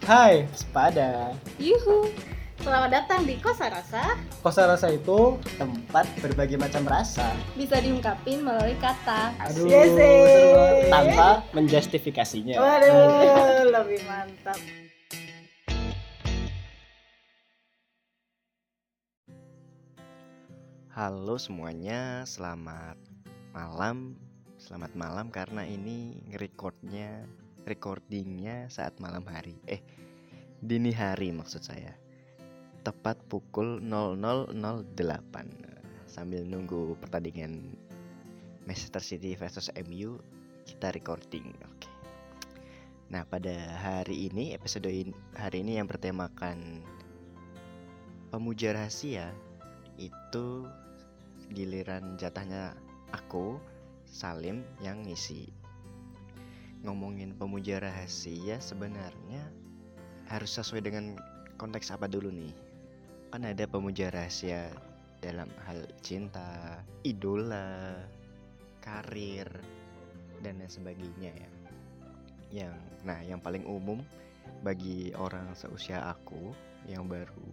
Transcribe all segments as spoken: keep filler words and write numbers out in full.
Hai, sepada. Yuhu, selamat datang di Kosa Rasa. Kosa rasa itu tempat berbagai macam rasa. Bisa diungkapin melalui kata. Aduh, Yes, seru banget. eh. Tanpa menjustifikasinya. Waduh, lebih mantap. Halo semuanya, selamat malam. Selamat malam karena ini nge-recordnya, recordingnya saat malam hari. Eh, dini hari maksud saya. Tepat pukul nol nol nol delapan. Sambil nunggu pertandingan Manchester City versus M U, kita recording. Oke. Nah, pada hari ini, episode in, hari ini yang bertemakan pemuja rahasia, itu giliran jatahnya aku, Salim, yang ngisi. Ngomongin pemuja rahasia sebenarnya harus sesuai dengan konteks apa dulu nih. Kan ada pemuja rahasia dalam hal cinta, idola, karir, dan lain sebagainya ya. Yang, nah yang paling umum bagi orang seusia aku yang baru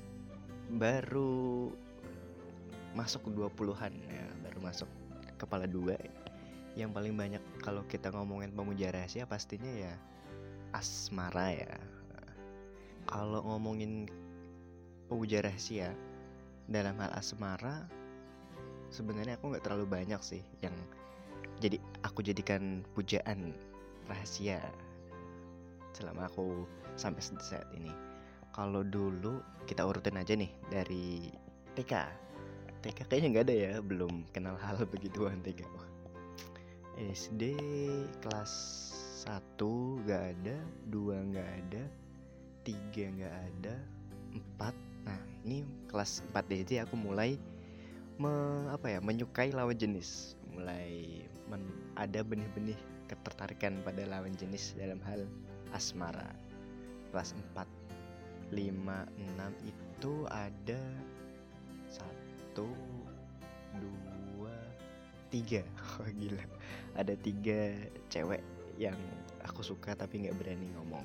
baru masuk dua puluhan ya, baru masuk kepala dua, yang paling banyak kalau kita ngomongin pemuja rahasia pastinya ya asmara ya. Kalau ngomongin pemuja rahasia dalam hal asmara, sebenarnya aku nggak terlalu banyak sih yang jadi aku jadikan pujaan rahasia selama aku sampai saat ini. Kalau dulu kita urutin aja nih dari T K. T K kayaknya nggak ada ya, belum kenal hal begituan T K. S D kelas satu nggak ada, dua nggak ada, tiga nggak ada, empat. Nah ini kelas empat D J aku mulai me, apa ya, menyukai lawan jenis, mulai men, ada benih-benih ketertarikan pada lawan jenis dalam hal asmara. Kelas empat, lima, enam itu ada satu, dua, tiga. Oh gila, ada tiga cewek yang aku suka tapi gak berani ngomong.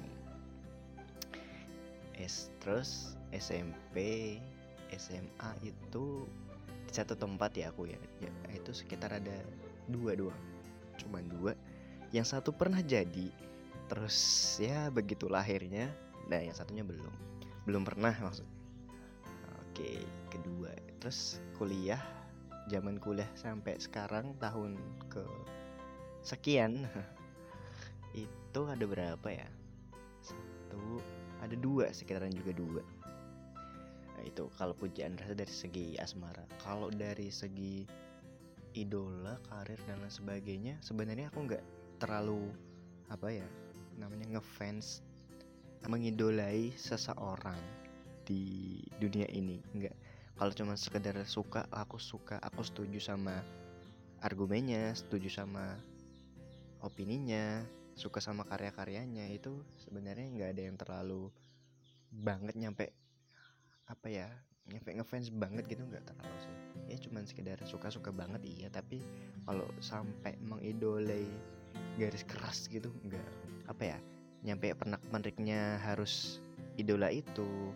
S terus S M P, S M A itu di satu tempat ya aku ya, ya itu sekitar ada dua doang, cuma dua. Yang satu pernah jadi, terus ya begitu lahirnya. Nah yang satunya belum belum pernah maksudnya. Oke, kedua, terus kuliah, zaman kuliah sampai sekarang tahun ke sekian itu ada berapa ya? Satu, ada dua, sekitaran juga dua. Nah itu kalau pujaan rasa dari segi asmara. Kalau dari segi idola, karir dan lain sebagainya, sebenarnya aku nggak terlalu apa ya namanya ngefans, mengidolai seseorang di dunia ini, enggak. Kalau cuma sekedar suka, aku suka, aku setuju sama argumennya, setuju sama opininya, suka sama karya-karyanya, itu sebenarnya nggak ada yang terlalu banget nyampe apa ya, nyampe ngefans banget gitu, nggak terlalu sih. Ya cuma sekedar suka-suka banget iya, tapi kalau sampai mengidolai garis keras gitu enggak. Apa ya, nyampe pernak-perniknya harus idola itu,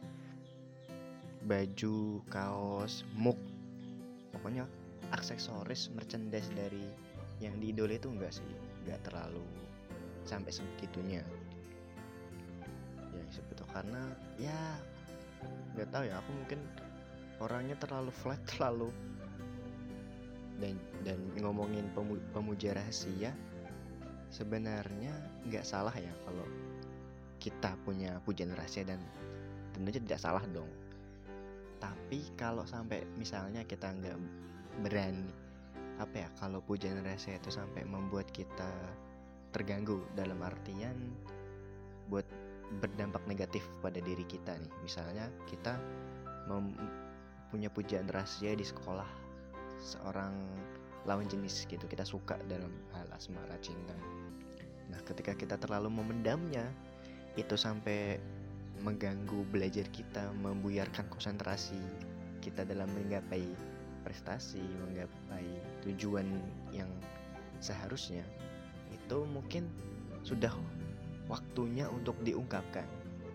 baju, kaos, mug, pokoknya aksesoris, merchandise dari yang diidolai itu enggak sih, enggak terlalu sampai sebegitunya ya. Sebetulnya karena ya nggak tahu ya, aku mungkin orangnya terlalu flat, terlalu dan dan ngomongin pemu, pemuja rahasia, sebenarnya nggak salah ya kalau kita punya pujaan rahasia, dan tentunya tidak salah dong. Tapi kalau sampai misalnya kita nggak berani, apa ya, kalau pujaan rahasia itu sampai membuat kita terganggu, dalam artian buat berdampak negatif pada diri kita nih. Misalnya kita mem- punya pujaan rahasia di sekolah, seorang lawan jenis gitu, kita suka dalam hal asmara, cinta. Nah ketika kita terlalu memendamnya, itu sampai mengganggu belajar kita, membuyarkan konsentrasi kita dalam menggapai prestasi, menggapai tujuan yang seharusnya, itu mungkin sudah waktunya untuk diungkapkan.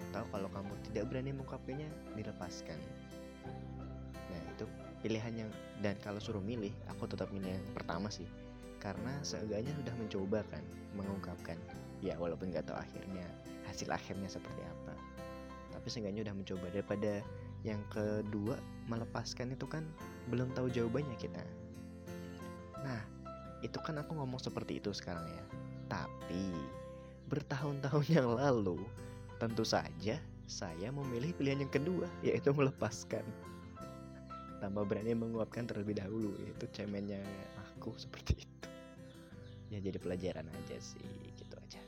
Atau kalau kamu tidak berani mengungkapkannya, dilepaskan. Nah itu pilihan yang, dan kalau suruh milih, aku tetap milih yang pertama sih. Karena seenggaknya sudah mencoba kan mengungkapkan. Ya walaupun gak tahu akhirnya, hasil akhirnya seperti apa, tapi seenggaknya udah mencoba. Daripada yang kedua, melepaskan itu kan belum tahu jawabannya kita. Nah itu kan aku ngomong seperti itu sekarang ya. Tapi bertahun-tahun yang lalu, tentu saja saya memilih pilihan yang kedua, yaitu melepaskan. Tanpa berani menguapkan terlebih dahulu. Itu cemennya aku seperti itu. Ya jadi pelajaran aja sih, gitu aja.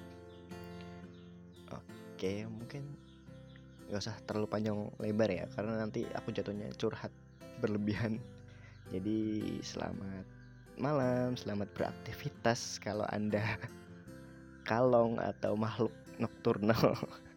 Oke, mungkin gak usah terlalu panjang lebar ya, karena nanti aku jatuhnya curhat berlebihan. Jadi selamat malam, selamat beraktivitas kalau Anda kalong atau makhluk nokturnal.